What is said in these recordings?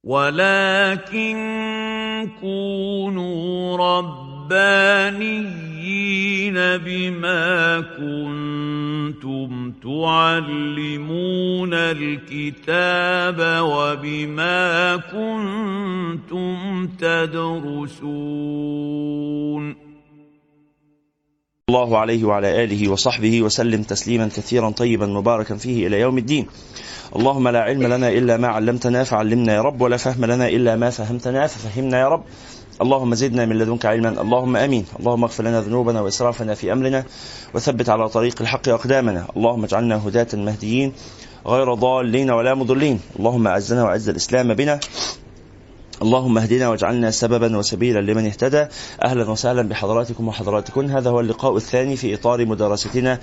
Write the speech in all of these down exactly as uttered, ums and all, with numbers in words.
ولكن كونوا ربانيين بما كنتم تعلمون الكتاب وبما كنتم تدرسون. الله عليه وعلى آله وصحبه وسلم تسليما كثيرا طيبا مباركا فيه إلى يوم الدين. اللهم لا علم لنا إلا ما علمتنا فعلمنا يا رب، ولا فهم لنا إلا ما فهمتنا ففهمنا يا رب. اللهم زدنا من لدنك علما، اللهم أمين. اللهم اغفر لنا ذنوبنا وإسرافنا في أمرنا وثبت على طريق الحق أقدامنا. اللهم اجعلنا هداة مهديين غير ضالين ولا مضلين. اللهم أعزنا وأعز الإسلام بنا. اللهم اهدنا واجعلنا سببا وسبيلا لمن اهتدى. أهلا وسهلا بحضراتكم وحضراتكم. هذا هو اللقاء الثاني في إطار مدارستنا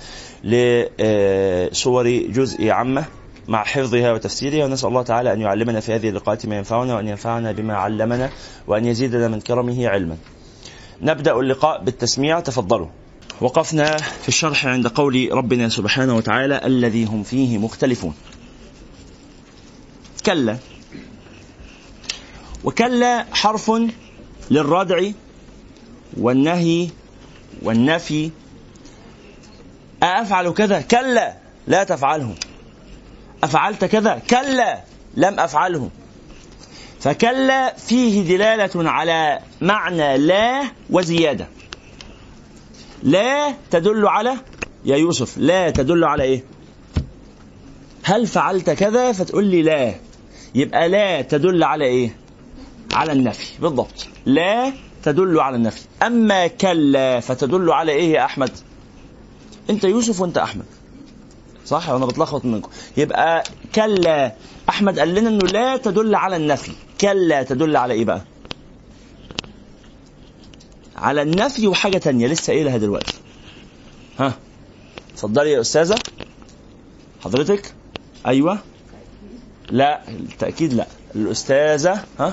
لسور جزء عامة مع حفظها وتفسيرها، ونسأل الله تعالى أن يعلمنا في هذه اللقاءات ما ينفعنا، وأن ينفعنا بما علمنا، وأن يزيدنا من كرمه علما. نبدأ اللقاء بالتسميع، تفضلوا. وقفنا في الشرح عند قول ربنا سبحانه وتعالى الذي هم فيه مختلفون. كلا، وكلا حرف للردع والنهي والنفي. أفعل كذا؟ كلا لا تفعله. أفعلت كذا؟ كلا لم أفعله. فكلا فيه دلالة على معنى لا وزيادة. لا تدل على، يا يوسف، لا تدل على إيه؟ هل فعلت كذا؟ فتقول لي لا، يبقى لا تدل على إيه؟ على النفي بالضبط. لا تدل على النفي. أما كلا فتدل على إيه يا أحمد؟ أنت يوسف وأنت أحمد، صح؟ أنا بتلخبط منكم. يبقى كلا، أحمد قال لنا أنه لا تدل على النفي. كلا تدل على إيه بقى؟ على النفي وحاجة تانية لسه قايلها دلوقتي. ها، اتفضلي يا أستاذة. حضرتك؟ أيوة. لا، التأكيد لا. الأستاذة. ها،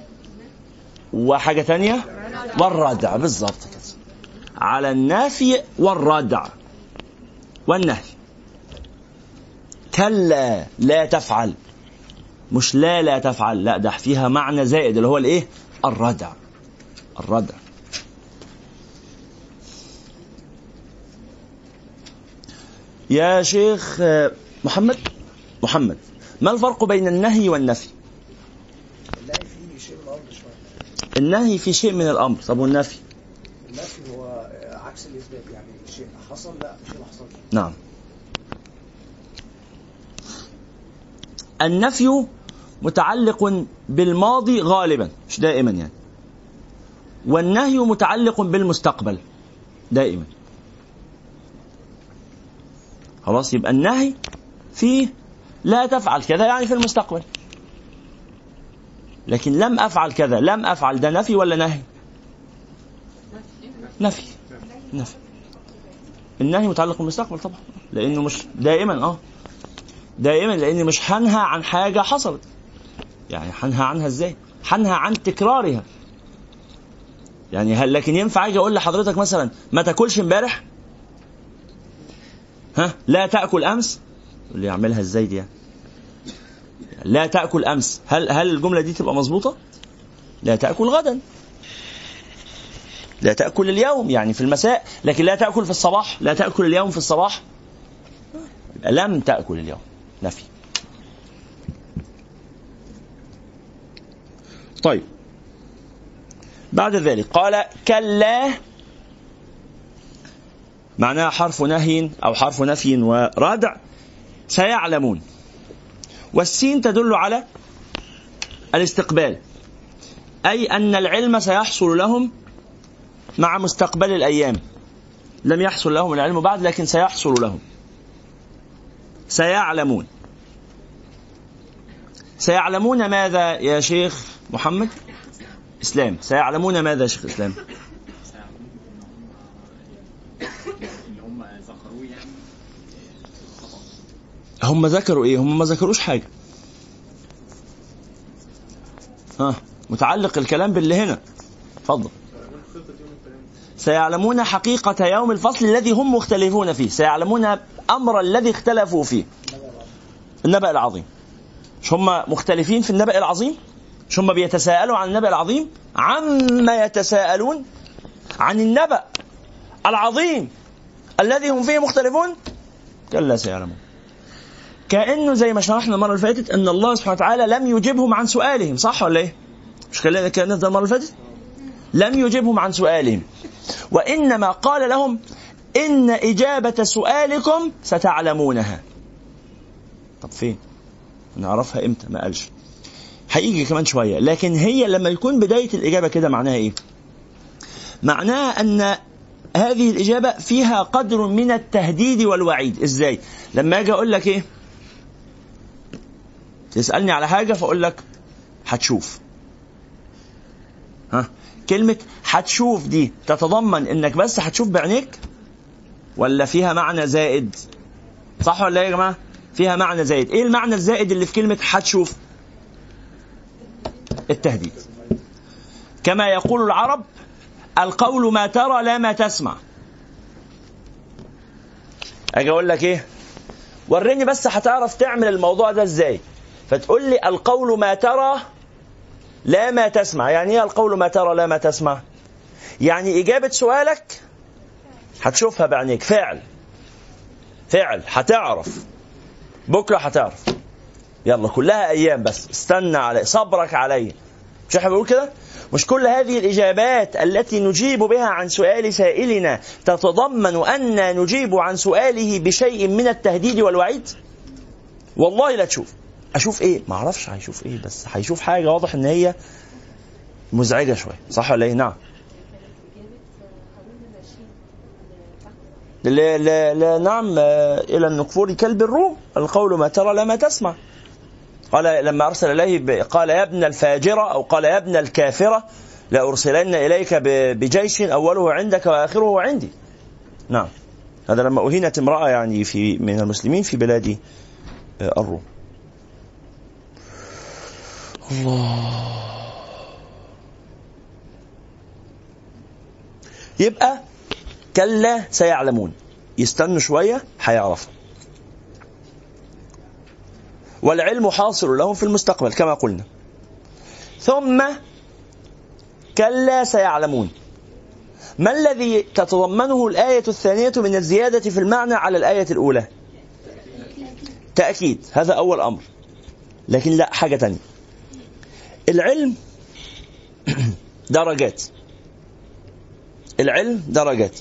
وحاجة تانية، والردع. بالضبط كده، على النفي والردع والنهي. كلا لا تفعل، مش لا لا تفعل، لا، ده فيها معنى زائد اللي هو الايه؟ الردع. الردع. يا شيخ محمد محمد ما الفرق بين النهي والنفي؟ النهي في شيء من الأمر. طب والنفي؟ النفي هو عكس الإثبات، يعني شيء حصل لا شيء ما حصلش. نعم. النفي متعلق بالماضي غالبا، مش دائما يعني، والنهي متعلق بالمستقبل دائما. خلاص، يبقى النهي فيه لا تفعل كذا يعني في المستقبل، لكن لم أفعل كذا، لم أفعل، ده نفي ولا نهي؟ نفي. نفي. النهي متعلق بالمستقبل طبعا، لأنه مش دائما اه دائما لأني مش هنهى عن حاجة حصلت. يعني هنهى عنها ازاي؟ هنهى عن تكرارها. يعني هل لكن ينفع اجي اقول لحضرتك مثلا ما تاكلش امبارح؟ ها، لا تاكل امس؟ اللي يعملها ازاي دي يعني؟ لا تاكل امس، هل هل الجمله دي تبقى مظبوطه؟ لا تاكل غدا، لا تاكل اليوم يعني في المساء، لكن لا تاكل في الصباح، لا تاكل اليوم في الصباح، لم تاكل اليوم. نفي. طيب، بعد ذلك قال كلا، معناها حرف نهي أو حرف نفي وردع. سيعلمون، والسين تدل على الاستقبال، أي أن العلم سيحصل لهم مع مستقبل الأيام. لم يحصل لهم العلم بعد، لكن سيحصل لهم. سيعلمون. سيعلمون ماذا يا شيخ محمد إسلام؟ سيعلمون ماذا يا شيخ إسلام؟ هم ذكروا إيه؟ هم ما ذكروش حاجة. ها، متعلق الكلام باللي هنا. فضل. سيعلمون حقيقة يوم الفصل الذي هم مختلفون فيه. سيعلمون أمر الذي اختلفوا فيه، النبأ العظيم. مش هم مختلفين في النبأ العظيم؟ ثم بيتساءلوا عن النبأ العظيم عما يتساءلون عن النبأ العظيم الذي هم فيه مختلفون كلا سيعلمون. كأنه زي ما شرحنا المرة اللي فاتت أن الله سبحانه وتعالى لم يجبهم عن سؤالهم، صح ولا إيه؟ مش كلنا كنا ده المرة اللي فاتت؟ لم يجبهم عن سؤالهم، وإنما قال لهم إن إجابة سؤالكم ستعلمونها. طب فين؟ نعرفها إمتى؟ ما قالش، هيجي كمان شوية. لكن هي لما يكون بداية الإجابة كده معناها إيه؟ معناها أن هذه الإجابة فيها قدر من التهديد والوعيد. إزاي؟ لما أجي أقول لك إيه؟ تسألني على حاجة فأقول لك هتشوف. ها؟ كلمة هتشوف دي تتضمن إنك بس هتشوف بعينيك ولا فيها معنى زائد؟ صح ولا إيه يا جماعة؟ فيها معنى زائد. إيه المعنى الزائد اللي في كلمة هتشوف؟ التهديد. كما يقول العرب القول ما ترى لا ما تسمع. أجي أقول لك إيه؟ وريني بس هتعرف تعمل الموضوع ده إزاي. فتقول لي القول ما ترى لا ما تسمع. يعني إيه القول ما ترى لا ما تسمع؟ يعني إجابة سؤالك هتشوفها بعينيك، فعل فعل هتعرف بكرة، هتعرف. يلا كلها أيام بس، استنى علي، صبرك علي. مش احنا بقول كده؟ مش كل هذه الإجابات التي نجيب بها عن سؤال سائلنا تتضمن أن نجيب عن سؤاله بشيء من التهديد والوعيد؟ والله لا تشوف. أشوف إيه؟ ما أعرفش هيشوف إيه، بس هيشوف حاجة واضح إن هي مزعجة شوية، صح ولا إيه؟ نعم. لا لا لا نعم. إلى النكفور كلب الروم القول ما ترى لا ما تسمع. قال لما أرسل إليه قال يا ابن الفاجرة أو قال يا ابن الكافرة لأرسلن إليك بجيش أوله عندك وآخره عندي. نعم، هذا لما أهينت امرأة يعني في من المسلمين في بلاد الروم. الله. يبقى كلا سيعلمون، يستنوا شوية هيعرفوا. والعلم حاصل لهم في المستقبل كما قلنا. ثم كلا سيعلمون. ما الذي تتضمنه الآية الثانية من الزيادة في المعنى على الآية الأولى؟ تأكيد، هذا أول أمر. لكن لا، حاجة تانية. العلم درجات. العلم درجات.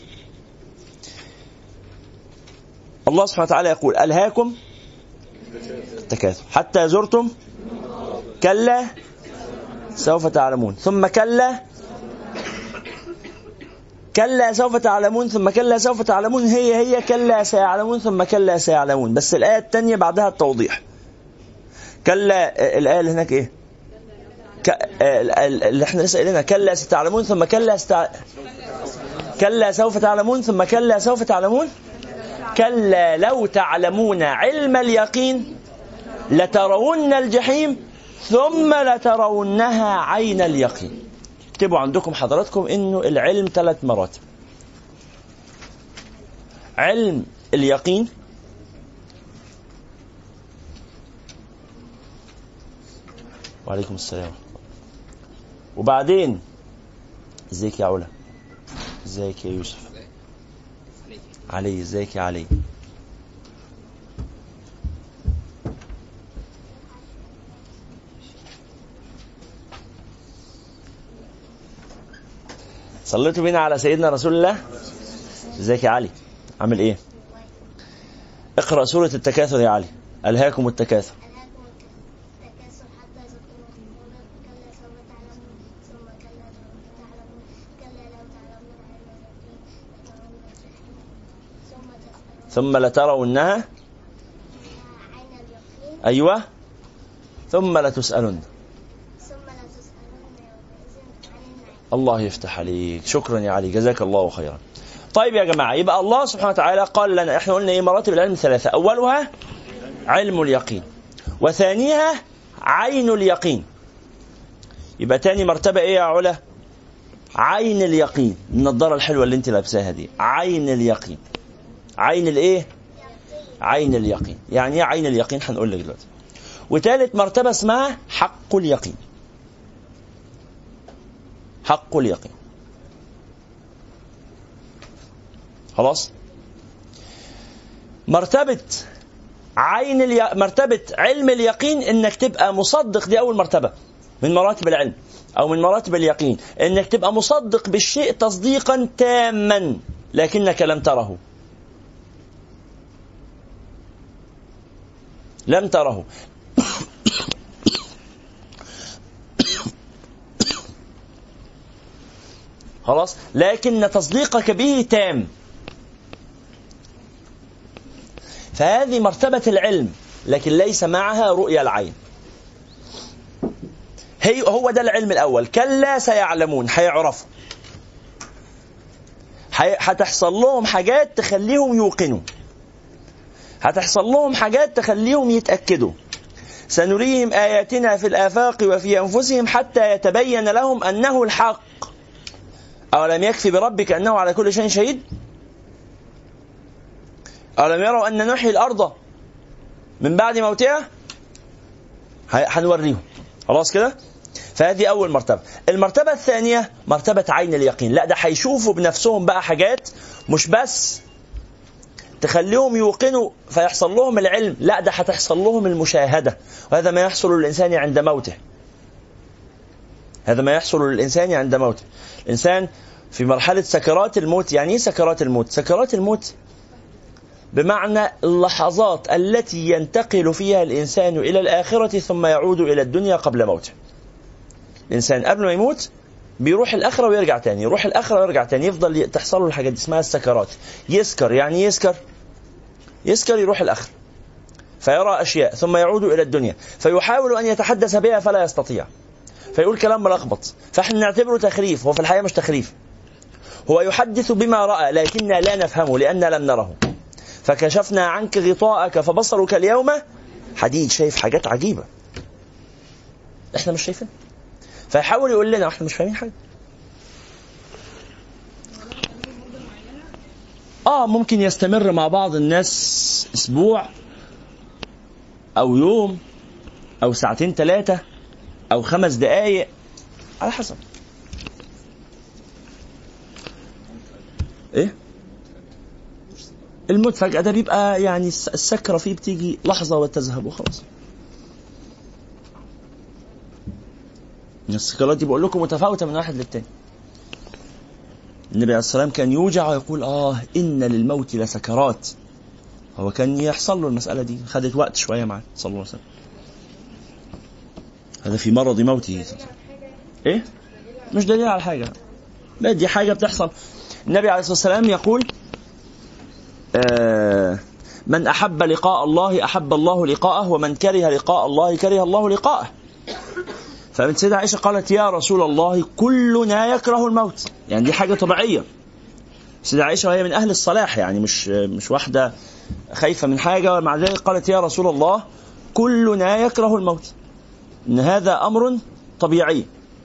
الله سبحانه وتعالى يقول ألهاكم التكاثر حتى زرتم كلا سوف تعلمون ثم كلا كلا سوف تعلمون ثم كلا سوف تعلمون. هي هي كلا سيعلمون ثم كلا سيعلمون، بس الآية الثانية بعدها التوضيح. كلا الآية اللي هناك إيه؟ ك... اللي احنا لسه قايلينها كلا ستعلمون ثم كلا ست... كلا سوف تعلمون ثم كلا سوف تعلمون. كلا لو تعلمون علم اليقين لترون الجحيم ثم لترونها عين اليقين. اكتبوا عندكم حضراتكم انه العلم ثلاث مراتب. علم اليقين، وعليكم السلام، وبعدين ازيك يا علا، ازيك يا يوسف، علي ازيك يا علي، صليتوا بينا على سيدنا رسول الله. ازيك يا علي، عامل ايه؟ اقرأ سورة التكاثر يا علي. ألهاكم التكاثر ثم لترونها أيوة ثم لتسألن. الله يفتح عليك، شكرا يا علي، جزاك الله خيرا. طيب يا جماعة، يبقى الله سبحانه وتعالى قال لنا، احنا قلنا ايه مراتب العلم ثلاثة. أولها علم اليقين، وثانيها عين اليقين. يبقى تاني مرتبة ايه يا علا؟ عين اليقين. النضارة الحلوة اللي انت لابساها دي عين اليقين. عين الايه؟ عين اليقين. يعني ايه عين اليقين؟ هنقول لك دلوقتي. وثالث مرتبة اسمها حق اليقين. حق اليقين. خلاص. مرتبة عين الي... مرتبة علم اليقين انك تبقى مصدق، دي اول مرتبة من مراتب العلم او من مراتب اليقين، انك تبقى مصدق بالشيء تصديقا تاما لكنك لم تره، لم تره. خلاص، لكن تصديقك به تام. فهذه مرتبة العلم، لكن ليس معها رؤيا العين. هي هو ده العلم الأول. كلا سيعلمون، هيعرفوا، هتحصل لهم حاجات تخليهم يوقنوا، هتحصل لهم حاجات تخليهم يتأكدوا. سنريهم آياتنا في الآفاق وفي أنفسهم حتى يتبين لهم أنه الحق. أولم يكفي بربك أنه على كل شيء شهيد؟ أولم يروا أن نحيي الأرض من بعد موتها؟ هنوريهم. خلاص كده. فهذه أول مرتبة. المرتبة الثانية مرتبة عين اليقين. لا، ده هيشوفوا بنفسهم بقى حاجات مش بس تخليهم يوقنوا فيحصل لهم العلم، لا ده هتحصل لهم المشاهدة. وهذا ما يحصل للإنسان عند موته. هذا ما يحصل للإنسان عند موته. الإنسان في مرحلة سكرات الموت. يعني إيه سكرات الموت؟ سكرات الموت بمعنى اللحظات التي ينتقل فيها الإنسان إلى الآخرة ثم يعود إلى الدنيا قبل موته. الإنسان قبل ما يموت بيروح الآخرة ويرجع تاني، يروح الآخرة ويرجع تاني، يفضل تحصل له الحاجات دي اسمها السكرات. يسكر، يعني يسكر يسكر يروح الآخرة فيرى أشياء ثم يعود إلى الدنيا فيحاول أن يتحدث بها فلا يستطيع، فيقول كلام ملخبط، فإحنا نعتبره تخريف. هو في الحقيقة مش تخريف، هو يحدث بما رأى لكننا لا نفهمه لأننا لم نره. فكشفنا عنك غطاءك فبصرك اليوم حديد. شايف حاجات عجيبة إحنا مش شايفين، فيحاول يقول لنا إحنا مش فاهمين حاجة. آه ممكن يستمر مع بعض الناس أسبوع أو يوم أو ساعتين ثلاثة أو خمس دقايق على حسب. إيه الموت فجأة ده بيبقى يعني السكرة فيه بتيجي لحظة وتذهب وخلاص. السكرات دي بقول لكم متفاوتة من واحد للتاني. النبي عليه الصلاة والسلام كان يوجع ويقول آه إن للموت لسكرات. هو كان يحصل له المسألة دي، خدت وقت شوية معه صلى الله عليه وسلم. هذا في مرض موته. إيه مش دليل على حاجة، لا دي حاجة بتحصل. النبي عليه الصلاة والسلام يقول آه من أحب لقاء الله أحب الله لقاءه ومن كره لقاء الله كره الله لقاءه. فمن سيدة عائشة قالت يا رسول الله كلنا يكره الموت، يعني دي حاجة طبيعية. سيدة عائشة وهي من أهل الصلاح، يعني مش مش واحدة خايفة من حاجة، ومع ذلك قالت يا رسول الله كلنا يكره الموت، إن هذا أمر طبيعي.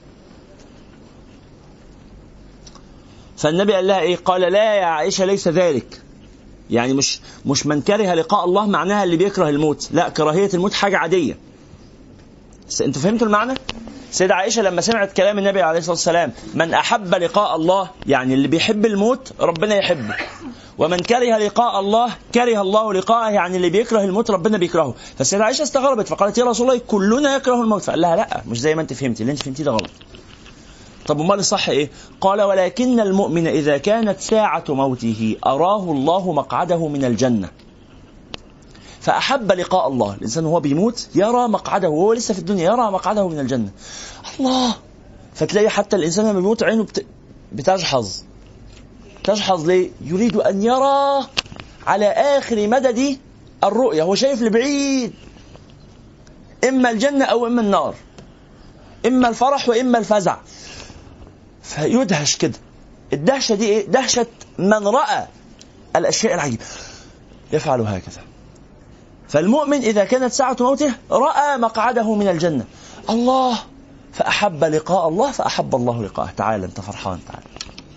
فالنبي قال لها إيه؟ قال لا يا عائشة ليس ذلك، يعني مش مش من كره لقاء الله معناها اللي بيكره الموت، لا كراهية الموت حاجة عادية. انتوا فهمتوا المعنى؟ سيدة عائشة لما سمعت كلام النبي عليه الصلاة والسلام من أحب لقاء الله، يعني اللي بيحب الموت ربنا يحبه، ومن كره لقاء الله كره الله لقاءه، يعني اللي بيكره الموت ربنا بيكرهه. فالسيدة عائشة استغربت فقالت يا رسول الله كلنا يكره الموت. فقال لها لا مش زي ما انت فهمتي، اللي انت فهمتيه ده غلط. طب امال الصح ايه؟ قال ولكن المؤمن إذا كانت ساعة موته أراه الله مقعده من الجنة فأحب لقاء الله. الإنسان وهو بيموت يرى مقعده، وهو لسه في الدنيا يرى مقعده من الجنة. الله. فتلاقي حتى الإنسان لما بيموت عينه بت... بتجحظ تجحظ ليه؟ يريد أن يرى على آخر مدد الرؤية، هو شايف لبعيد إما الجنة أو إما النار، إما الفرح وإما الفزع، فيدهش كده. الدهشة دي إيه؟ دهشة من رأى الأشياء العجيبة يفعل هكذا. فالمؤمن إذا كانت ساعة موته رأى مقعده من الجنة الله فأحب لقاء الله فأحب الله لقاءه. تعالى أنت فرحان تعالى.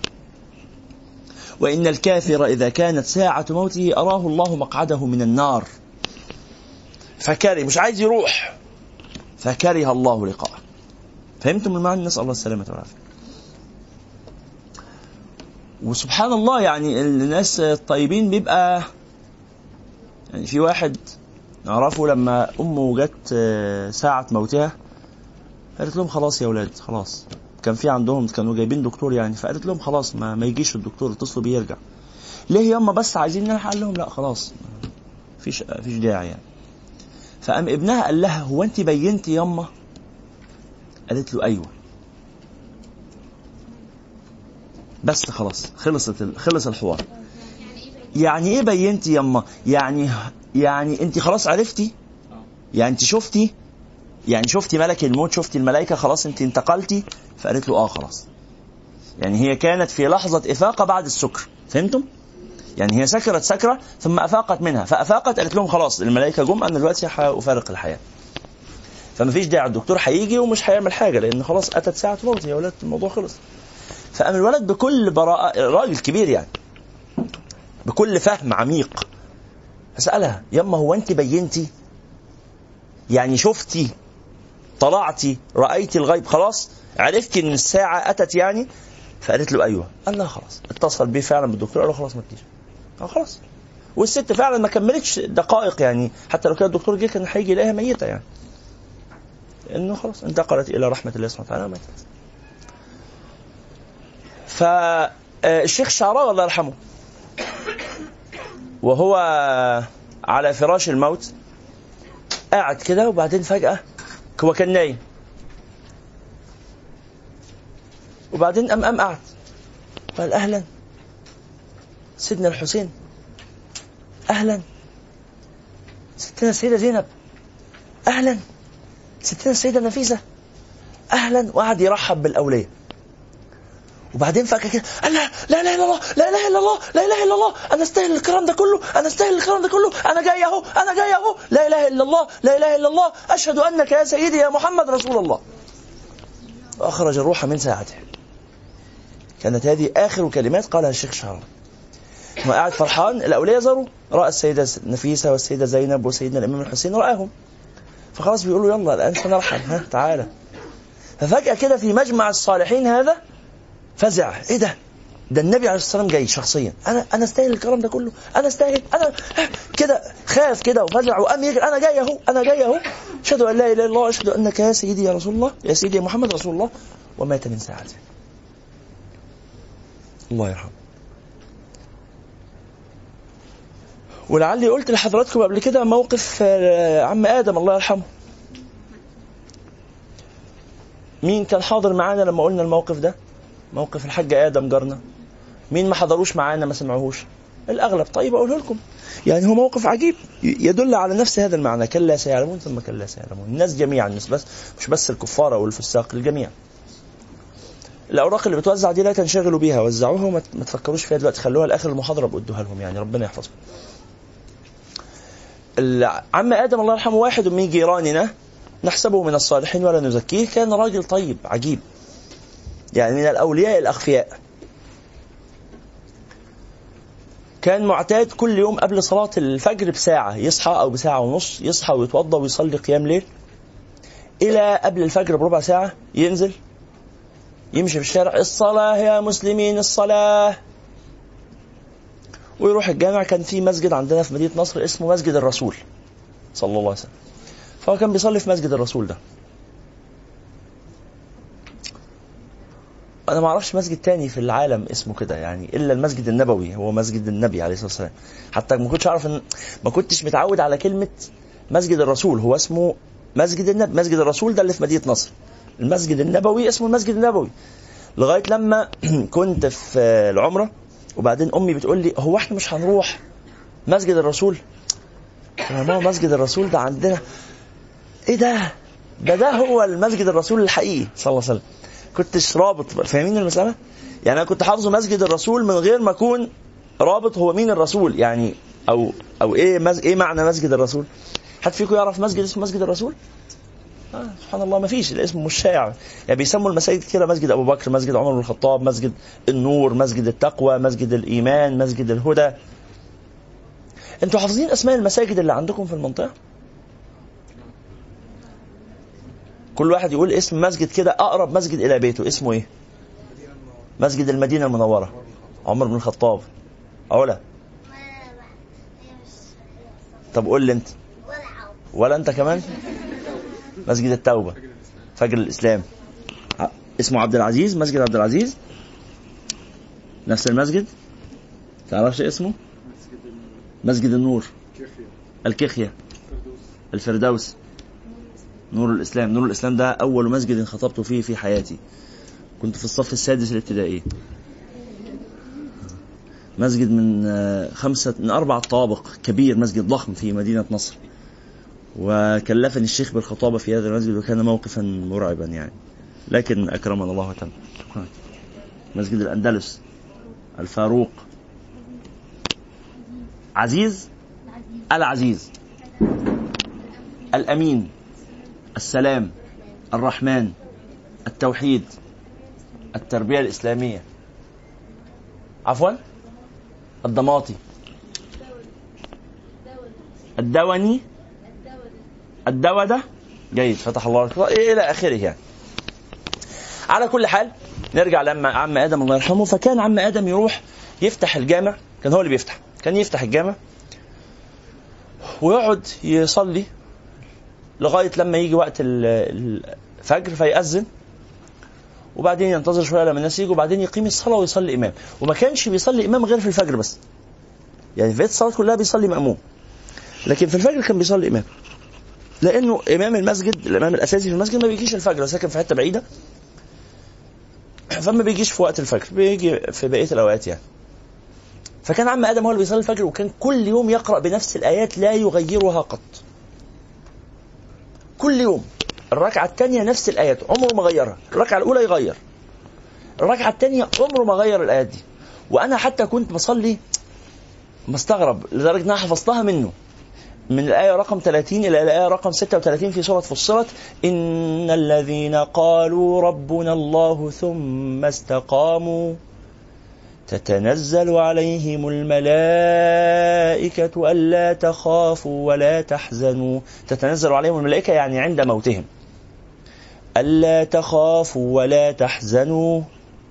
وإن الكافر إذا كانت ساعة موته أراه الله مقعده من النار فكره، مش عايز يروح، فكره الله لقاءه. فهمتم المعنى؟ نسأل الله السلامة والعافية. وسبحان الله يعني الناس الطيبين بيبقى يعني في واحد نعرفه لما أمه جت ساعة موتها قالت لهم خلاص يا أولاد خلاص، كان في عندهم كانوا جايبين دكتور يعني، فقالت لهم خلاص ما, ما يجيش الدكتور، اتصلوا بيه يرجع. ليه ياما بس عايزين نلحق؟ قال لهم لا خلاص فيش فيش داعي يعني. فقام ابنها قال لها هو انت بينتي ياما؟ قالت له ايوه. بس خلاص خلصت خلص الحوار. يعني ايه بينتي ياما؟ يعني يعني انت خلاص عرفتي، يعني انت شفتي، يعني شفتي ملك الموت، شفتي الملائكه، خلاص انت انتقلتي؟ فقالت له اه خلاص. يعني هي كانت في لحظه افاقه بعد السكر، فهمتم؟ يعني هي سكرت سكره ثم افاقت منها، فافاقت قالت لهم خلاص الملائكه جم، انا دلوقتي هفارق الحياه. فما فيش داعي، الدكتور هيجي ومش هيعمل حاجه لان خلاص اتت ساعه موت يا ولاد، الموضوع خلص. فقام الولد بكل براءه، راجل كبير يعني بكل فهم عميق، اسالها يما هو انت بينتي؟ يعني شفتي، طلعتي، رايتي الغيب، خلاص عرفتي ان الساعه اتت يعني؟ فقالت له ايوه. قال لها خلاص. اتصل بيه فعلا بالدكتور قال له خلاص ما تجيش. اه خلاص. والست فعلا ما كملتش دقائق يعني، حتى لو كان الدكتور جه كان هيجي يلاقيها ميته يعني، انه خلاص انتقلت الى رحمه الله سبحانه وتعالى وماتت. فالشيخ الشعراوي الله يرحمه وهو على فراش الموت قاعد كده، وبعدين فجأة هو كان نايم، وبعدين أم أم قعد قال أهلا سيدنا الحسين، أهلا ستنا السيدة زينب، أهلا ستنا السيدة نفيسة، أهلا، وقعد يرحب بالأولياء. وبعدين فجأة كده قال لا لا اله الا الله، لا اله الا الله، لا اله الا الله، انا استاهل الكرام ده كله، انا استاهل الكرام ده كله، انا جاي اهو، انا جاي اهو، لا اله الا الله، لا اله الا الله، اشهد انك يا سيدي يا محمد رسول الله. واخرج الروح من ساعته. كانت هذه اخر كلمات قالها الشيخ الشعراوي. ما قاعد فرحان، الاولياء زاروا، راى السيده نفيسه والسيده زينب وسيدنا الامام الحسين، راهم، فخلاص بيقولوا يلا الان سنرحل، ها تعالى. ففجأة كده في مجمع الصالحين هذا فزع، ايه ده؟ ده النبي عليه الصلاه والسلام جاي شخصيا، انا انا استاهل الكرم ده كله، انا استاهل، انا كده خاف كده وفزع وقام يجري، انا جاي اهو، انا جاي اهو، اشهد ان لا اله الا الله، اشهد انك يا سيدي يا رسول الله، يا سيدي يا محمد رسول الله، ومات من ساعته. الله يرحمه. ولعلي قلت لحضراتكم قبل كده موقف عم ادم الله يرحمه. مين كان حاضر معانا لما قلنا الموقف ده؟ موقف الحاج آدم جارنا. مين ما حضروش معانا ما سمعوهوش؟ الأغلب. طيب أقوله لكم، يعني هو موقف عجيب يدل على نفس هذا المعنى، كلا سيعلمون ثم كلا سيعلمون. الناس جميعا، مش بس مش بس الكفار أو الفساق، الجميع. الأوراق اللي بتوزع دي لا تنشغلوا بيها، وزعوها وما تفكروش فيها دلوقتي، خلوها لآخر المحاضرة بأدوها لهم، يعني ربنا يحفظهم. عم آدم الله يرحمه واحد من جيراننا نحسبه من الصالحين ولا نزكيه، كان راجل طيب عجيب، يعني من الأولياء الأخفياء. كان معتاد كل يوم قبل صلاة الفجر بساعة يصحى أو بساعة ونص، يصحى ويتوضى ويصلي قيام ليل، إلى قبل الفجر بربع ساعة ينزل يمشي في الشارع، الصلاة يا مسلمين الصلاة، ويروح الجامع. كان في مسجد عندنا في مدينة نصر اسمه مسجد الرسول صلى الله عليه وسلم، فهو كان بيصلي في مسجد الرسول ده. أنا ما أعرفش مسجد تاني في العالم اسمه كده يعني إلا المسجد النبوي، هو مسجد النبي عليه الصلاة والسلام. حتى ما كنتش أعرف إن ما كنتش متعود على كلمة مسجد الرسول، هو اسمه مسجد النبي. مسجد الرسول ده اللي في مدينة نصر، المسجد النبوي اسمه المسجد النبوي. لغاية لما كنت في العمرة وبعدين أمي بتقول لي هو إحنا مش هنروح مسجد الرسول؟ ما هو مسجد الرسول ده عندنا إيه ده؟ ده ده هو المسجد الرسول الحقيقي صلى الله عليه وسلم. كنتش رابط، فاهمين المسألة؟ يعني أنا كنت حافظ مسجد الرسول من غير ما أكون رابط هو مين الرسول يعني، أو أو إيه مز... إيه معنى مسجد الرسول؟ حد فيكم يعرف مسجد اسمه مسجد الرسول؟ آه سبحان الله ما فيش، الاسم مش شائع. يعني بيسموا المساجد كده مسجد أبو بكر، مسجد عمر بن الخطاب، مسجد النور، مسجد التقوى، مسجد الإيمان، مسجد الهدى. أنتوا حافظين أسماء المساجد اللي عندكم في المنطقة؟ كل واحد يقول اسم مسجد كده أقرب مسجد إلى بيته اسمه إيه؟ مسجد المدينة المنورة. عمر بن الخطاب. أولا طب قول لي أنت. ولا أنت كمان؟ مسجد التوبة فجر الإسلام اسمه عبد العزيز، مسجد عبد العزيز نفس المسجد. تعرفش اسمه؟ مسجد النور، الكخية، الفردوس، نور الإسلام. نور الإسلام ده أول مسجد خطبت فيه في حياتي، كنت في الصف السادس الابتدائي. مسجد من خمسة من أربع طوابق، كبير، مسجد ضخم في مدينة نصر، وكلفني الشيخ بالخطابة في هذا المسجد وكان موقفا مرعبا يعني، لكن أكرمنا الله وتعالى. مسجد الأندلس، الفاروق، عزيز، العزيز، الأمين، السلام، الرحمن، التوحيد، التربية الإسلامية، عفوا الضماطي، الدوني، الدودة، جيد فتح الله عليك، إلى آخره يعني. على كل حال نرجع لما عم آدم الله يرحمه. فكان عم آدم يروح يفتح الجامع، كان هو اللي بيفتح، كان يفتح الجامع ويقعد يصلي لغاية لما يجي وقت الفجر فيأذن، وبعدين ينتظر شوية لما الناس يجوا، وبعدين يقيم الصلاة ويصلي إمام. وما كانش بيصلي إمام غير في الفجر بس، يعني في الصلاة كلها بيصلي مأموم، لكن في الفجر كان بيصلي إمام، لأنه إمام المسجد، الإمام الأساسي في المسجد ما بيجيش الفجر، ساكن في حتة بعيدة، فما بيجيش في وقت الفجر، بيجي في بقية الأوقات يعني. فكان عم آدم هو اللي بيصلي الفجر، وكان كل يوم يقرأ بنفس الآيات لا يغيرها قط، كل يوم الركعة الثانية نفس الآيات، عمره ما غيرها. الركعة الأولى يغير، الركعة الثانية عمره ما غير الآيات دي. وأنا حتى كنت بصلي مستغرب لدرجة أنها حفظتها منه، من الآية رقم ثلاثين إلى الآية رقم ستة وثلاثين في سورة فصلت: إن الذين قالوا ربنا الله ثم استقاموا تتنزل عليهم الملائكة ألا تخافوا ولا تحزنوا. تتنزل عليهم الملائكة يعني عند موتهم، ألا تخافوا ولا تحزنوا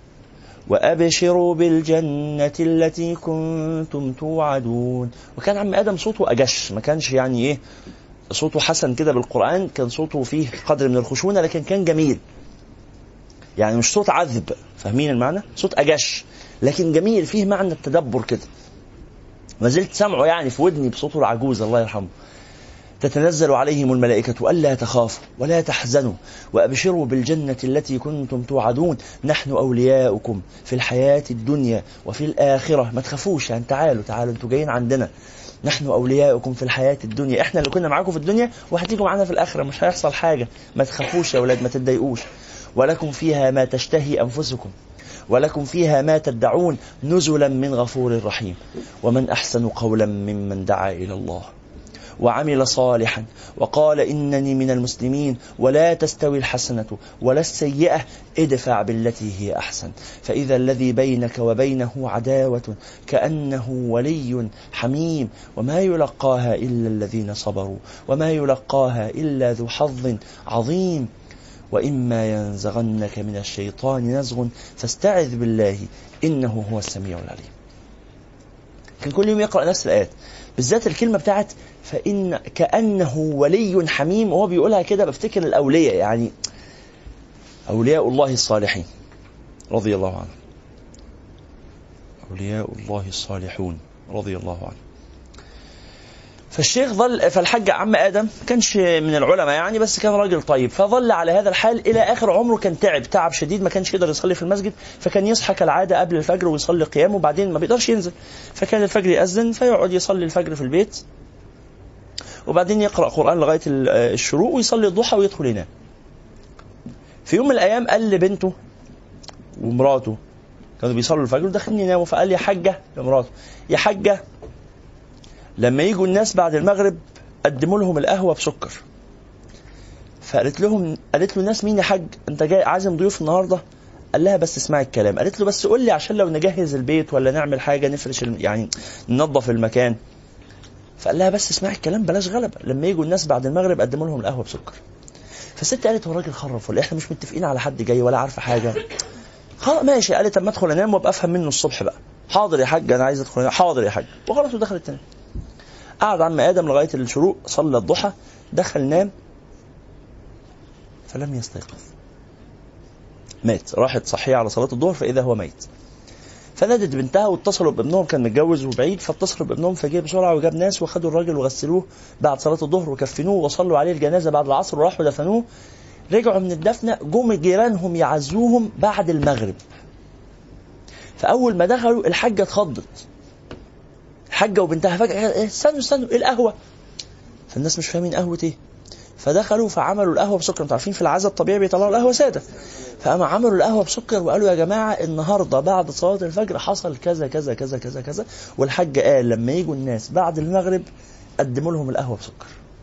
وأبشروا بالجنة التي كنتم توعدون. وكان عم آدم صوته أجش، ما كانش يعني إيه صوته حسن كده بالقرآن، كان صوته فيه قدر من الخشونة، لكن كان جميل، يعني مش صوت عذب، فاهمين المعنى؟ صوت أجش لكن جميل، فيه معنى التدبر كده. ما زلت سمعه يعني في ودني بصوته العجوز الله يرحمه. تتنزل عليهم الملائكة ألا تخافوا ولا تحزنوا وأبشروا بالجنة التي كنتم توعدون نحن أولياؤكم في الحياة الدنيا وفي الآخرة. ما تخافوش يعني، تعالوا تعالوا انتوا جايين عندنا، نحن أولياؤكم في الحياة الدنيا، احنا اللي كنا معاكم في الدنيا وهتيجوا معنا في الآخرة، مش هيحصل حاجة، ما تخافوش يا أولاد، ما تتضايقوش. ولكم فيها ما تشتهي أنفسكم ولكم فيها ما تدعون نزلا من غفور رحيم. ومن أحسن قولا ممن دعا إلى الله وعمل صالحا وقال إنني من المسلمين. ولا تستوي الحسنة ولا السيئة ادفع بالتي هي أحسن فإذا الذي بينك وبينه عداوة كأنه ولي حميم. وما يلقاها إلا الذين صبروا وما يلقاها إلا ذو حظ عظيم. وإما ينزغنك من الشيطان نزغ فاستعذ بالله إنه هو السميع العليم. كان كل يوم يقرأ نفس الآيات، بالذات الكلمة بتاعت فإن كأنه ولي حميم، وهو بيقولها كده بفتكر الأولياء، يعني أولياء الله الصالحين رضي الله عنه، أولياء الله الصالحون رضي الله عنه. فالشيخ ظل، فالحج عم آدم كانش من العلماء يعني، بس كان راجل طيب، فظل على هذا الحال إلى آخر عمره. كان تعب تعب شديد، ما كانش يقدر يصلي في المسجد، فكان يصحى كالعادة قبل الفجر ويصلي قيام، وبعدين ما بيقدرش ينزل، فكان الفجر يأذن فيقعد يصلي الفجر في البيت، وبعدين يقرأ قرآن لغاية الشروق ويصلي الضحى ويدخل ينام. في يوم من الأيام قال لبنته ومراته كانوا بيصلوا الفجر ودخلني يناموا، فقال يا حجة لمراته: يا حجة لما يجوا الناس بعد المغرب قدموا لهم القهوة بسكر. فقالت لهم قالت له الناس: مين يا حاج، انت جاي عازم ضيوف النهارده؟ قال لها: بس اسمعي الكلام. قالت له: بس قول لي عشان لو نجهز البيت ولا نعمل حاجة نفرش يعني ننظف المكان. فقال لها: بس اسمعي الكلام بلاش غلبة، لما يجوا الناس بعد المغرب قدموا لهم القهوة بسكر. فالست قالت: هو الراجل خرف ولا احنا مش متفقين على حد جاي ولا عارفه حاجة؟ خلاص ماشي. قالت: طب ما ادخل انام وابقى افهم منه الصبح بقى. حاضر يا حاج أنا عايز أدخل. حاضر يا حاج. وخلاص ودخل التاني. قعد عم آدم لغاية الشروق، صلى الضحى، دخل نام فلم يستيقظ، مات. راحت صحية على صلاة الظهر فإذا هو ميت. فنادت بنتها واتصلوا بابنهم، كان متجوز وبعيد، فاتصلوا بابنهم فجاء بسرعة وجاب ناس وخدوا الراجل وغسلوه بعد صلاة الظهر وكفنوه وصلوا عليه الجنازة بعد العصر وراحوا دفنوه. رجعوا من الدفنة جم جيرانهم يعزوهم بعد المغرب. فأول ما دخلوا الحاجة اتخضت، الحاجة وبنتها فجأة استنوا استنوا ايه القهوة؟ فالناس مش فاهمين قهوة ايه. فدخلوا فعملوا القهوة بسكر. انتوا عارفين في العزاء الطبيعي بيطلعوا القهوة سادة، فأما عملوا القهوة بسكر وقالوا يا جماعة النهاردة بعد صلاة الفجر حصل كذا كذا كذا كذا كذا. والحاج قال لما يجوا الناس بعد المغرب قدموا لهم القهوة بسكر.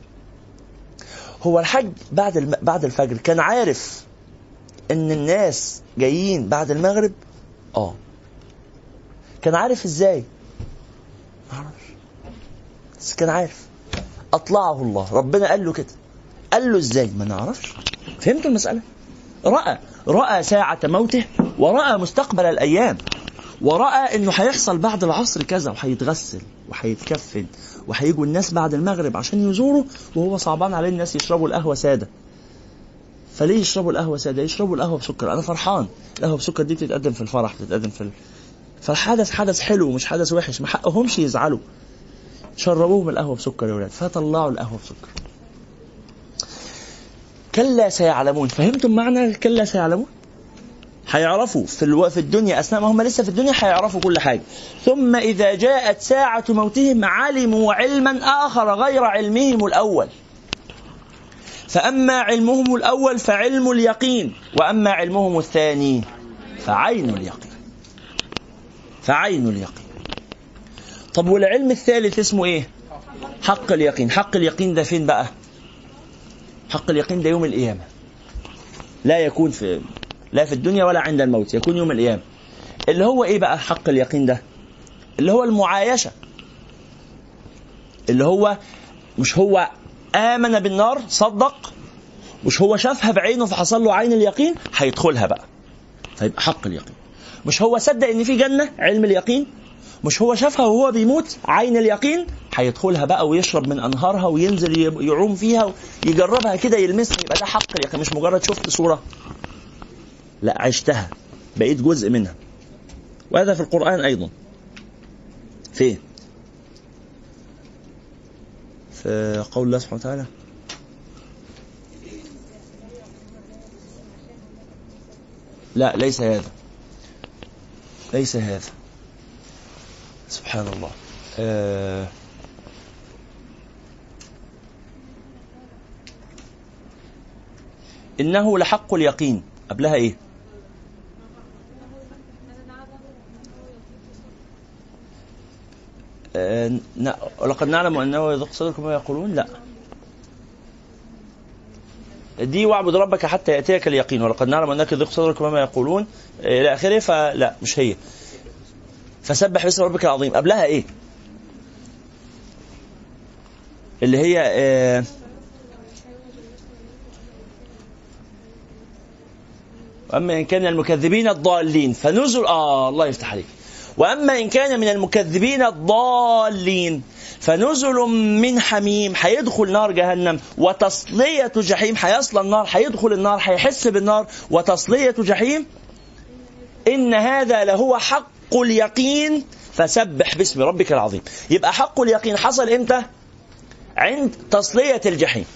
هو الحاج بعد الم... بعد الفجر كان عارف ان الناس جايين بعد المغرب؟ اه. كان عارف ازاي؟ معرفش، بس كان عارف. اطلعه الله، ربنا قال له كده. قال له ازاي؟ ما نعرفش. فهمتوا المسألة؟ رأى رأى ساعة موته، ورأى مستقبل الأيام، ورأى انه هيحصل بعد العصر كذا، وهيتغسل وهيتكفن وهيجوا الناس بعد المغرب عشان يزوروا، وهو صعبان عليه الناس يشربوا القهوة سادة. فليه يشربوا القهوة سادة؟ يشربوا القهوة بسكر. انا فرحان. القهوة بسكر دي بتتقدم في الفرح، بتتقدم في ال... فالحدث حدث حلو مش حدث وحش، ما حقهمش يزعلوا. شربوهم القهوة بسكر يا ولاد، فطلعوا القهوة بسكر. كلا سيعلمون. فهمتم معنى كلا سيعلمون؟ هيعرفوا في الو... في الدنيا أثناء ما هم لسه في الدنيا هيعرفوا كل حاجة. ثم إذا جاءت ساعة موتهم علموا علما آخر غير علمهم الأول. فأما علمهم الأول فعلم اليقين، وأما علمهم الثاني فعين اليقين. فعين اليقين. طب والعلم الثالث اسمه إيه؟ حق اليقين. حق اليقين ده فين بقى؟ حق اليقين ده يوم القيامة. لا يكون في لا في الدنيا ولا عند الموت، يكون يوم القيامة. اللي هو ايه بقى حق اليقين ده؟ اللي هو المعايشة. اللي هو مش هو آمن بالنار صدق، مش هو شافها بعينه فحصل له عين اليقين، هيدخلها بقى فيبقى حق اليقين. مش هو صدق ان في جنة، علم اليقين. مش هو شافها وهو بيموت، عين اليقين، هيدخلها بقى ويشرب من أنهارها وينزل يعوم فيها ويجربها كده يلمسها. يبقى ده حق اليقين، مش مجرد شفت صورة، لا عشتها، بقيت جزء منها. وهذا في القرآن أيضا. فين؟ في قول الله سبحانه وتعالى لا ليس هذا، ليس هذا، سبحان الله. آه إنه لحق اليقين. قبلها إيه؟ آه لقد نعلم أنه يضيق صدركم ما يقولون. لا، دي واعبد ربك حتى يأتيك اليقين، ولقد نعلم أنك يضيق صدركم ما يقولون إلى آخره. فلا مش هي. فسبح باسم ربك العظيم. قبلها إيه؟ اللي هي آه وأما إن كان المكذبين الضالين فنزل آه الله يفتح عليك. وأما إن كان من المكذبين الضالين فنزل من حميم، هيدخل نار جهنم، وتصلية جحيم، هيصل النار، هيدخل النار، هيحس بالنار، وتصلية جحيم. إن هذا لهو حق اليقين فسبح باسم ربك العظيم. يبقى حق اليقين حصل إمتى؟ عند تصلية الجحيم.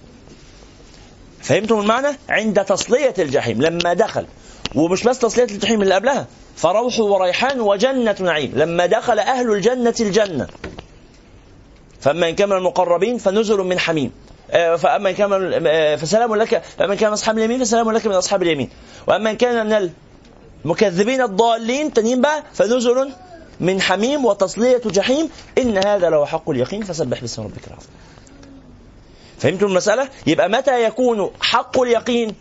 فهمتم المعنى؟ عند تصلية الجحيم لما دخل. ومش بس تصلية الجحيم اللي قبلها، فروح وريحان وجنة نعيم، لما دخل أهل الجنة الجنة. فأما إن كان من المقربين فنزل من حميم، فأما إن كان فسلام لك، فأما إن كان من أصحاب اليمين فسلام لك من أصحاب اليمين. وأما إن كان من المكذبين الضالين تنين بقى فنزل من حميم وتصلية جحيم. إن هذا لو حق اليقين فسبح باسم ربك العظيم. فهمتم المسألة؟ يبقى متى يكون حق اليقين؟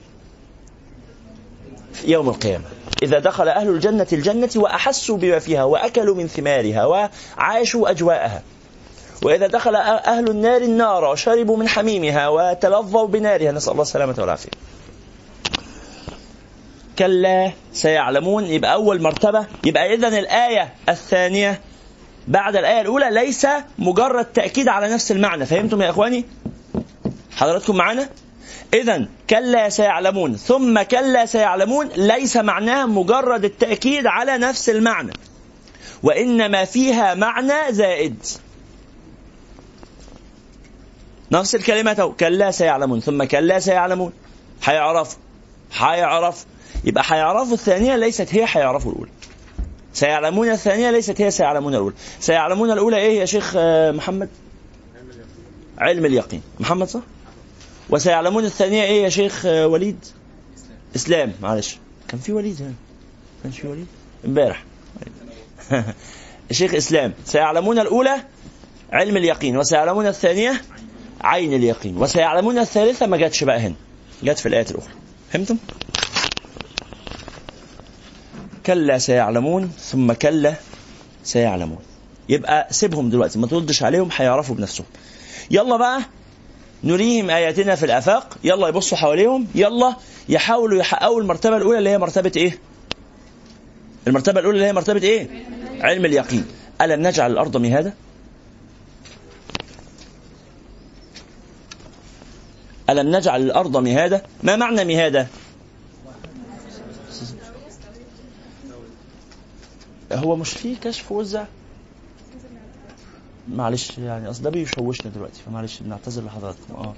في يوم القيامة، إذا دخل أهل الجنة الجنة وأحسوا بما فيها وأكلوا من ثمارها وعاشوا أجواءها. وإذا دخل أهل النار النار وشربوا من حميمها وتلظوا بنارها، نسأل الله السلامة والعافية. كلا سيعلمون، يبقى أول مرتبة. يبقى إذن الآية الثانية بعد الآية الأولى ليس مجرد تأكيد على نفس المعنى. فهمتم يا إخواني؟ حضراتكم معنا؟ إذن كلا سيعلمون ثم كلا سيعلمون ليس معناه مجرد التأكيد على نفس المعنى، وإنما فيها معنى زائد. نفس الكلمة كلا سيعلمون ثم كلا سيعلمون، هيعرفوا هيعرفوا يبقى هيعرفوا الثانية ليست هي هيعرفوا الأولى. سيعلمون الثانية ليست هي سيعلمون الأولى. سيعلمون الأولى إيه يا شيخ محمد؟ علم اليقين. محمد صح؟ وسيعلمون الثانية إيه يا شيخ وليد؟ إسلام. معلش كان في وليد هنا، كان في وليد امبارح. الشيخ إسلام. سيعلمون الأولى علم اليقين، وسيعلمون الثانية عين اليقين، وسيعلمون الثالثة ما جاتش بقى هنا، جات في الآيات الأخرى. فهمتم؟ كلا سيعلمون ثم كلا سيعلمون. يبقى سيبهم دلوقتي ما تردش عليهم، هيعرفوا بنفسهم. يلا بقى نريهم آياتنا في الآفاق. يلا يبصوا حواليهم، يلا يحاولوا يحققوا المرتبة الأولى اللي هي مرتبة إيه؟ المرتبة الأولى اللي هي مرتبة إيه؟ علم اليقين. ألم نجعل الأرض مهادا؟ ألم نجعل الأرض مهادا؟ ما معنى مهادا؟ هو مش فيه كشف وزع؟ معلش يعني أصل ده بيشوشنا دلوقتي، فمعلش بنعتذر لحضراتكم. آه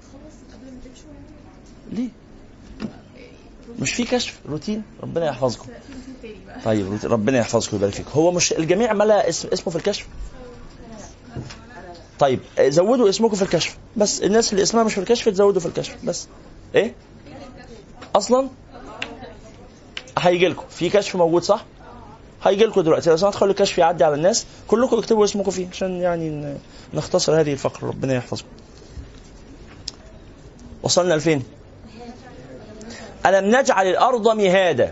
ليه؟ مش فيه كشف روتين؟ ربنا يحفظكم. طيب ربنا يحفظكم ويبارك فيكم. هو مش الجميع ملا اسم اسمه في الكشف؟ طيب زودوا اسمكم في الكشف، بس الناس اللي اسمها مش في الكشف تزودوا في الكشف بس. ايه اصلا هيجي لكم في كشف موجود صح؟ هيجي لكم دلوقتي. لو سمحتوا خلوا الكشف يعدي على الناس كلكم، اكتبوا اسمكم فيه عشان يعني نختصر هذه الفقره. ربنا يحفظكم. وصلنا لفين؟ ألم نجعل الأرض مهادا.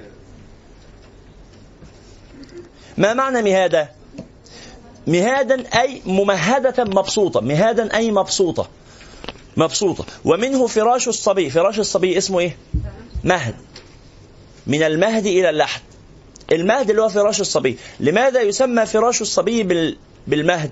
ما معنى مهادا؟ مهادا أي ممهدة مبسوطة. مهادا أي مبسوطة مبسوطة. ومنه فراش الصبي. فراش الصبي اسمه إيه؟ مهد. من المهد إلى اللحد. المهد اللي هو فراش الصبي. لماذا يسمى فراش الصبي بالمهد؟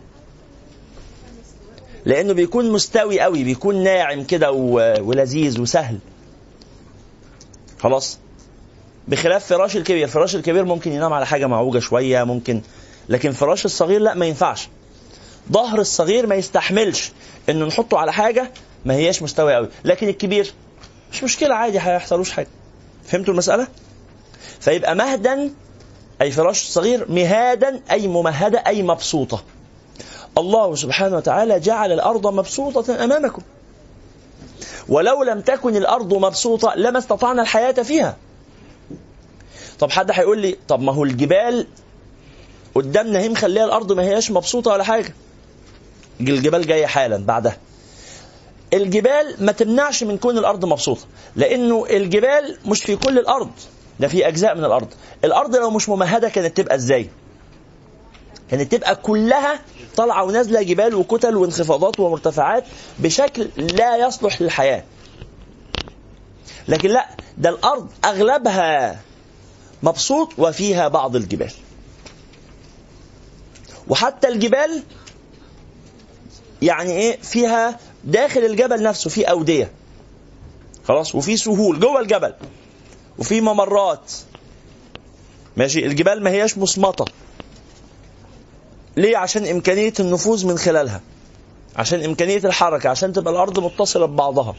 لأنه بيكون مستوي قوي، بيكون ناعم كده ولذيذ وسهل. خلاص. بخلاف فراش الكبير. فراش الكبير ممكن ينام على حاجة معوجة شوية ممكن، لكن فراش الصغير لا، ما ينفعش. ظهر الصغير ما يستحملش انه نحطه على حاجة ما هياش مستوي قوي، لكن الكبير مش مشكلة عادي، هيحصلوش حاجة. فهمتوا المسألة؟ فيبقى مهدا أي فراش الصغير، مهادا أي ممهدة أي مبسوطة. الله سبحانه وتعالى جعل الأرض مبسوطة أمامكم، ولو لم تكن الأرض مبسوطة لما استطعنا الحياة فيها. طب حد هيقول لي طب ما هو الجبال قدامنا هي مخليها الأرض ما هياش مبسوطة ولا حاجة. الجبال جاية حالا بعدها. الجبال ما تمنعش من كون الأرض مبسوطة، لأنه الجبال مش في كل الأرض، ده في أجزاء من الأرض. الأرض لو مش ممهدة كانت تبقى إزاي؟ كانت تبقى كلها طلعة ونازلة جبال وكتل وانخفاضات ومرتفعات بشكل لا يصلح للحياة. لكن لا، ده الأرض أغلبها مبسوط وفيها بعض الجبال، وحتى الجبال يعني ايه فيها داخل الجبل نفسه في أودية، خلاص، وفي سهول جوه الجبل وفي ممرات. ماشي. الجبال ما هياش مصمتة. ليه؟ عشان إمكانية النفوذ من خلالها، عشان إمكانية الحركة، عشان تبقى الأرض متصلة ببعضها.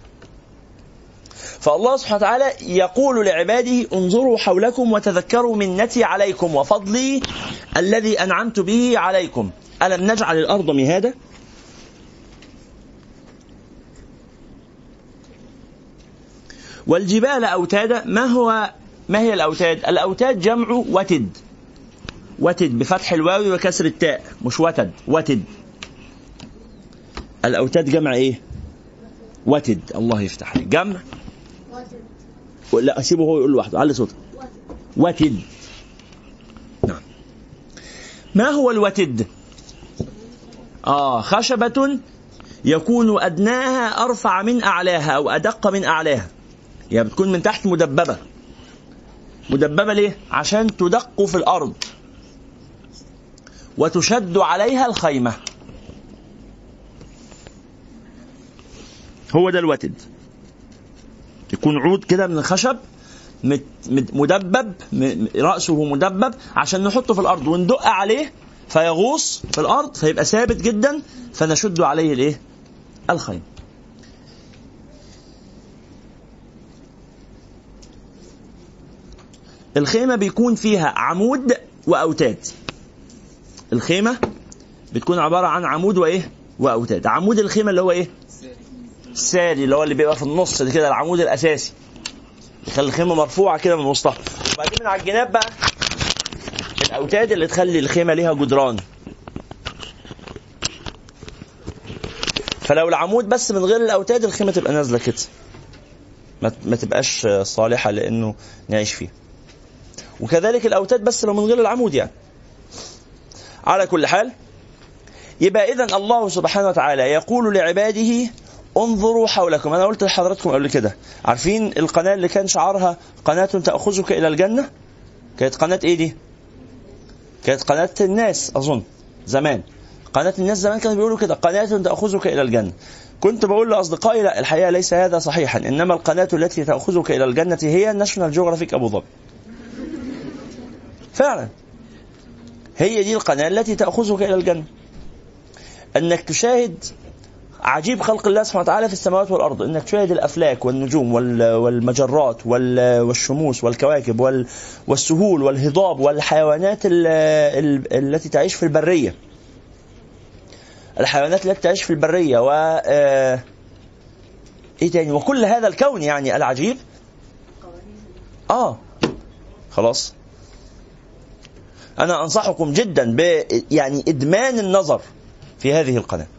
فالله سبحانه وتعالى يقول لعباده انظروا حولكم وتذكروا منتي عليكم وفضلي الذي أنعمت به عليكم. ألم نجعل الأرض مهادا. والجبال أوتادا. ما هو ما هي الأوتاد؟ الأوتاد جمع وتد. وتد بفتح الواو وكسر التاء، مش وتد، وتد. الأوتاد جمع إيه؟ وتد. الله يفتح عليك. جمع لا أسيبه هو يقول لوحده، علي صوته. وتد. نعم. ما هو الوتد؟ آه خشبة يكون أدناها أرفع من أعلاها أو أدق من أعلاها، يعني بتكون من تحت مدببة مدببة ليه؟ عشان تدق في الأرض وتشد عليها الخيمة. هو ده الوتد، يكون عود كده من الخشب مدبب، رأسه مدبب عشان نحطه في الأرض وندق عليه فيغوص في الأرض فيبقى ثابت جدا، فنشد عليه الايه؟ الخيمة. الخيمة بيكون فيها عمود وأوتاد. الخيمة بتكون عبارة عن عمود وإيه؟ وأوتاد. عمود الخيمة اللي هو إيه؟ الساري، اللي هو اللي بيبقى في النص ده كده، العمود الأساسي يخلي الخيمة مرفوعة كده من وسطها. وبعدين من على الجناب بقى الأوتاد اللي تخلي الخيمة ليها جدران. فلو العمود بس من غير الأوتاد الخيمة تبقى نازلة كده، ما تبقاش صالحة لأنه نعيش فيها. وكذلك الأوتاد بس لو من غير العمود يعني. على كل حال، يبقى إذن الله سبحانه وتعالى يقول لعباده انظروا حولكم. أنا قلت لحضراتكم قبل كده، عارفين القناة اللي كان شعارها قناة تأخذك إلى الجنة؟ كانت قناة إيه دي؟ كانت قناة الناس أظن زمان. قناة الناس زمان كانوا بيقولوا كده، قناة تأخذك إلى الجنة. كنت بقول لأصدقائي لا، الحقيقة ليس هذا صحيحا، إنما القناة التي تأخذك إلى الجنة هي ناشونال جيوغرافيك أبو ظبي. فعلا هي دي القناة التي تأخذك إلى الجنة، أنك تشاهد عجيب خلق الله سبحانه وتعالى في السماوات والأرض، أنك تشاهد الأفلاك والنجوم والمجرات والشموس والكواكب والسهول والهضاب والحيوانات التي تعيش في البرية، الحيوانات التي تعيش في البرية و إيه تاني، وكل هذا الكون يعني العجيب. آه خلاص، أنا أنصحكم جدا ب يعني إدمان النظر في هذه القناة.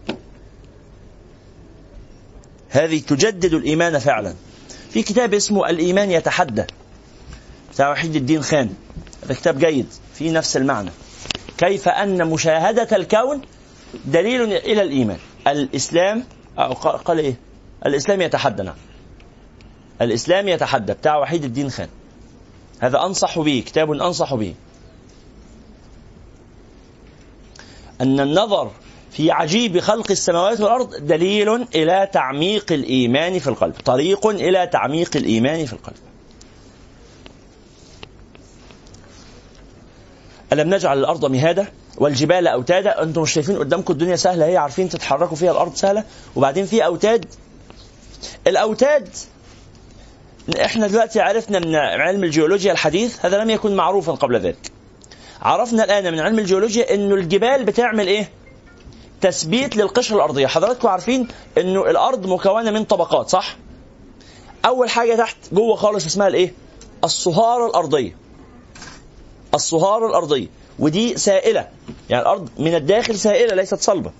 هذه تجدد الإيمان فعلا. في كتاب اسمه الإيمان يتحدى بتاع وحيد الدين خان، هذا كتاب جيد في نفس المعنى، كيف أن مشاهدة الكون دليل إلى الإيمان. الإسلام أو قال إيه؟ الإسلام يتحدى. نعم، الإسلام يتحدى بتاع وحيد الدين خان، هذا أنصح به، كتاب أنصح به. أن النظر في عجيب خلق السماوات والأرض دليل إلى تعميق الإيمان في القلب، طريق إلى تعميق الإيمان في القلب. ألم نجعل الأرض مهادا والجبال أوتادا؟ أنتم مش شايفين قدامكم الدنيا سهلة، هي عارفين تتحركوا فيها، الأرض سهلة، وبعدين في أوتاد. الأوتاد إحنا دلوقتي عرفنا من علم الجيولوجيا الحديث، هذا لم يكن معروفا قبل ذلك. عرفنا الآن من علم الجيولوجيا إنه الجبال بتعمل إيه؟ تثبيت للقشرة الأرضية. حضراتكم عارفين إنه الأرض مكونة من طبقات، صح؟ أول حاجة تحت جوه خالص اسمها الإيه؟ الصهارة الأرضية. الصهارة الأرضية، ودي سائلة، يعني الأرض من الداخل سائلة ليست صلبة.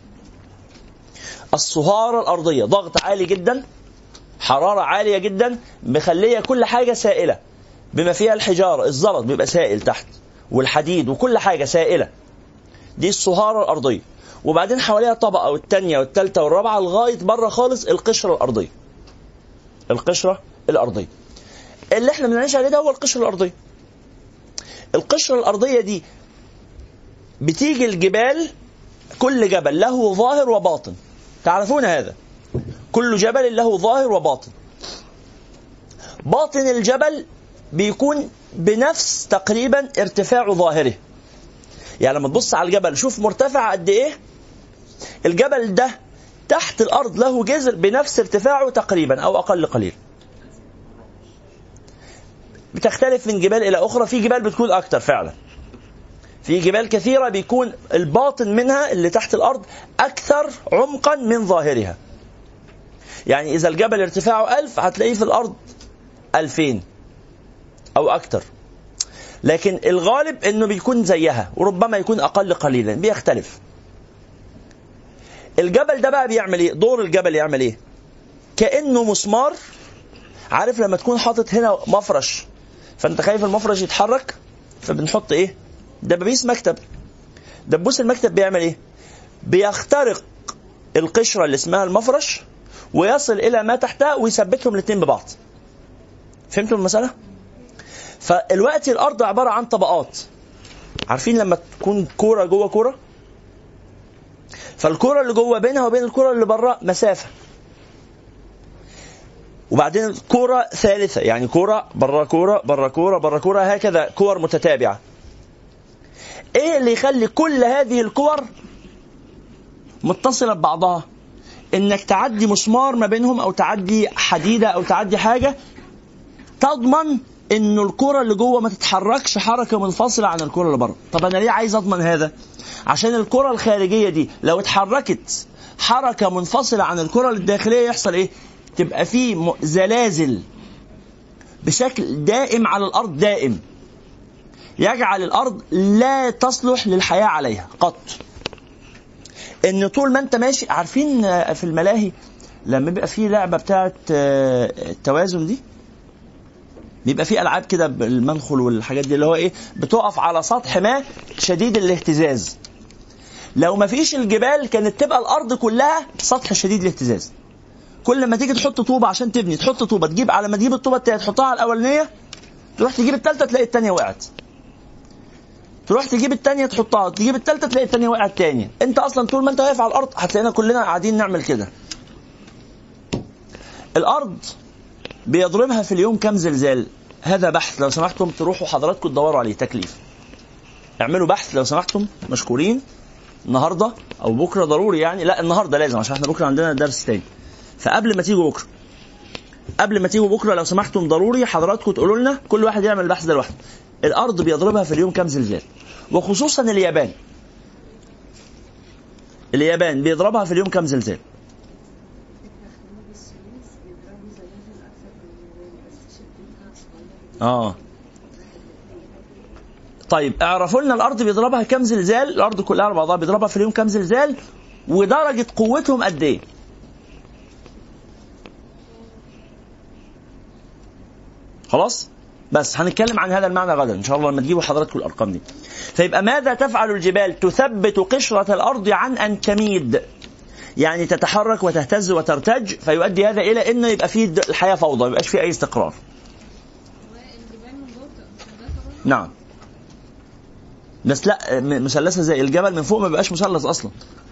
الصهارة الأرضية ضغط عالي جدا، حرارة عالية جدا، مخلية كل حاجة سائلة، بما فيها الحجارة، الزلط بيبقى سائل تحت، والحديد وكل حاجة سائلة. دي الصهارة الأرضية. وبعدين حواليها طبقة والتانية والتالتة والرابعة لغاية بره خالص القشرة الأرضية. القشرة الأرضية اللي احنا بنعيش عليه ده هو القشرة الأرضية. القشرة الأرضية دي بتيجي الجبال، كل جبل له ظاهر وباطن، تعرفون هذا، كل جبل له ظاهر وباطن. باطن الجبل بيكون بنفس تقريبا ارتفاع ظاهره، يعني لما تبص على الجبل شوف مرتفع قد ايه، الجبل ده تحت الأرض له جذر بنفس ارتفاعه تقريبا أو أقل قليل. بتختلف من جبال إلى أخرى، في جبال بتكون أكتر فعلا، في جبال كثيرة بيكون الباطن منها اللي تحت الأرض أكثر عمقا من ظاهرها. يعني إذا الجبل ارتفاعه ألف هتلاقيه في الأرض ألفين أو أكتر، لكن الغالب إنه بيكون زيها، وربما يكون أقل قليلا، بيختلف. الجبل ده بقى بيعمل إيه؟ دور الجبل يعمل إيه؟ كأنه مسمار. عارف لما تكون حاطط هنا مفرش فأنت خايف المفرش يتحرك، فبنحط إيه؟ دبابيس مكتب. دبوس المكتب بيعمل إيه؟ بيخترق القشرة اللي اسمها المفرش ويصل إلى ما تحتها ويثبتهم الاثنين ببعض. فهمتوا المسألة؟ فالوقت الأرض عبارة عن طبقات. عارفين لما تكون كورة جوه كورة، فالكورة اللي جوه بينها وبين الكورة اللي بره مسافة، وبعدين كورة ثالثة، يعني كورة بره كورة بره كورة بره كورة، هكذا كور متتابعة. ايه اللي يخلي كل هذه الكور متصلة ببعضها؟ انك تعدي مسمار ما بينهم، او تعدي حديدة، او تعدي حاجة تضمن انه الكرة اللي جوه ما تتحركش حركة منفصلة عن الكرة اللي بره. طب انا ليه عايز اضمن هذا؟ عشان الكرة الخارجية دي لو اتحركت حركة منفصلة عن الكرة الداخلية يحصل ايه؟ تبقى فيه زلازل بشكل دائم على الارض، دائم يجعل الارض لا تصلح للحياة عليها قط. ان طول ما انت ماشي، عارفين في الملاهي لما بيبقى فيه لعبة بتاعت التوازن دي، بيبقى فيه ألعاب كده بالمنخل والحاجات دي، اللي هو إيه، بتقف على سطح ما شديد الاهتزاز. لو ما فيش الجبال كانت تبقى الأرض كلها سطح شديد الاهتزاز. كل ما تيجي تحط طوبة عشان تبني، تحط طوبة، تجيب على ما تجيب الطوبة التانية تحطها على الأولانية، تروح تجيب التالتة تلاقي التانية وقعت، تروح تجيب التانية تحطها، تجيب التالتة تلاقي التانية وقعت تاني. انت أصلا طول ما انت واقف على الأرض هتلاقينا كلنا قاعدين نعمل كده. الأرض بيضربها في اليوم كم زلزال؟ هذا بحث لو سمحتم تروحوا حضراتكم تدوروا عليه، تكليف. اعملوا بحث لو سمحتم، مشكورين. النهاردة أو بكرة ضروري يعني، لا النهاردة لازم عشان احنا بكرة عندنا درس تاني. فقبل ما تيجوا بكرة قبل ما تيجوا بكرة لو سمحتم ضروري حضراتكم تقولوا لنا، كل واحد يعمل البحث ده لوحده، الأرض بيضربها في اليوم كم زلزال؟ وخصوصا اليابان. اليابان بيضربها في اليوم كم زلزال؟ اه طيب اعرفوا لنا الارض بيضربها كم زلزال، الارض كلها على بعضها بيضربها في اليوم كم زلزال، ودرجه قوتهم قد ايه؟ خلاص، بس هنتكلم عن هذا المعنى غدا ان شاء الله لما تجيبوا حضراتكم الارقام دي. فيبقى ماذا تفعل الجبال؟ تثبت قشره الارض عن ان تميد، يعني تتحرك وتهتز وترتج، فيؤدي هذا الى ان يبقى فيه الحياه فوضى، ما يبقاش فيه اي استقرار. نعم، بس لا مثلثة زي الجبل من فوق ما بقاش مثلث اصلا.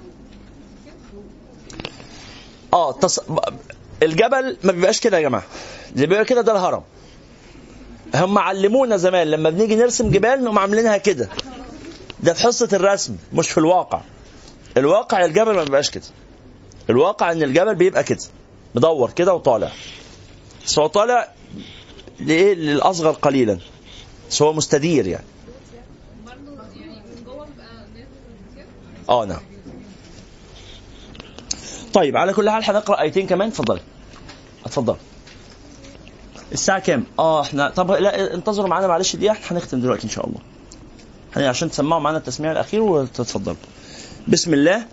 اه تص... الجبل ما بيبقاش كده يا جماعه، اللي بيبقى كده ده الهرم. هم علمونا زمان لما بنيجي نرسم جبال نقوم عاملينها كده، ده في حصه الرسم مش في الواقع. الواقع الجبل ما بيبقاش كده، الواقع ان الجبل بيبقى كده مدور كده وطالع، بس هو طالع لايه؟ للاصغر قليلا، بس هو مستدير يعني. اه نعم. طيب على كل حال هنقرا ايتين كمان. اتفضل اتفضل. الساعه كام؟ اه احنا طب لا انتظروا معانا معلش دقيقه، هنختم دلوقتي ان شاء الله يعني عشان تسمعوا معانا التسميع الاخير وتتفضلوا. بسم الله.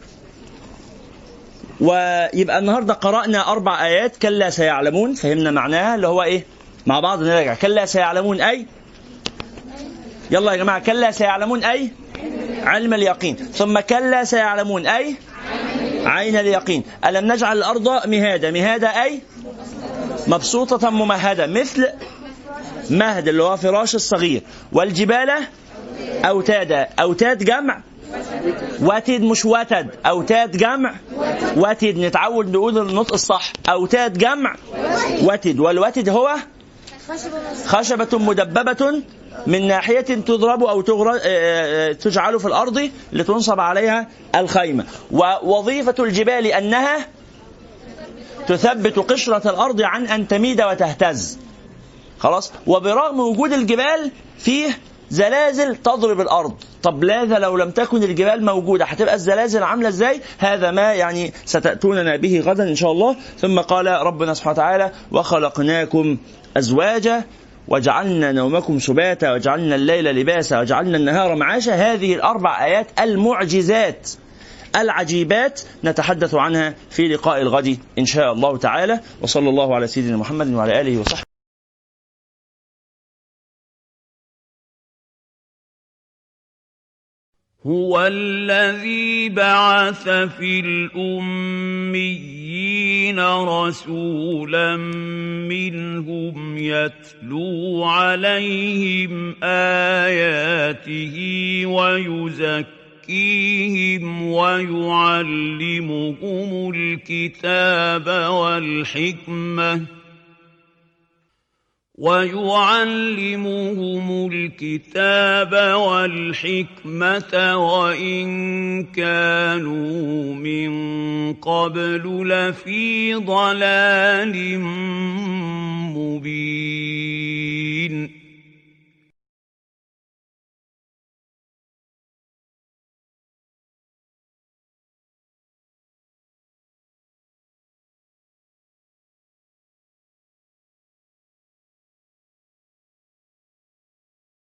ويبقى النهارده قرانا اربع ايات. كلا سيعلمون، فهمنا معناها اللي هو ايه؟ مع بعض نراجع. كلا سيعلمون اي، يلا يا جماعه، كلا سيعلمون اي علم اليقين. ثم كلا سيعلمون أي عين اليقين. ألم نجعل الأرض مهادا، مهادا أي مبسوطة ممهدة، مثل مهد اللي هو فراش الصغير. والجبال أوتادا، أوتاد جمع وتد، مش وتد، أوتاد جمع وتد، نتعود نقول النطق الصح، أوتاد جمع وتد. والوتد هو خشبة مدببة من ناحية تضرب أو تجعل في الأرض لتنصب عليها الخيمة. ووظيفة الجبال أنها تثبت قشرة الأرض عن أن تميد وتهتز. خلاص. وبرغم وجود الجبال فيه زلازل تضرب الأرض. طب لذا لو لم تكن الجبال موجودة هتبقى الزلازل عاملة ازاي؟ هذا ما يعني ستأتوننا به غدا إن شاء الله. ثم قال ربنا سبحانه وتعالى وخلقناكم أزواجا وجعلنا نومكم سباتا وجعلنا الليل لباسا وجعلنا النهار معاشا. هذه الأربع آيات المعجزات العجيبات نتحدث عنها في لقاء الغد إن شاء الله تعالى. وصلى الله على سيدنا محمد وعلى آله وصحبه. هو الذي بعث في الأميين رسولا منهم يتلو عليهم آياته ويزكيهم ويعلمهم الكتاب والحكمة ويعلمهم الكتاب والحكمة وإن كانوا من قبل لفي ضلال مبين.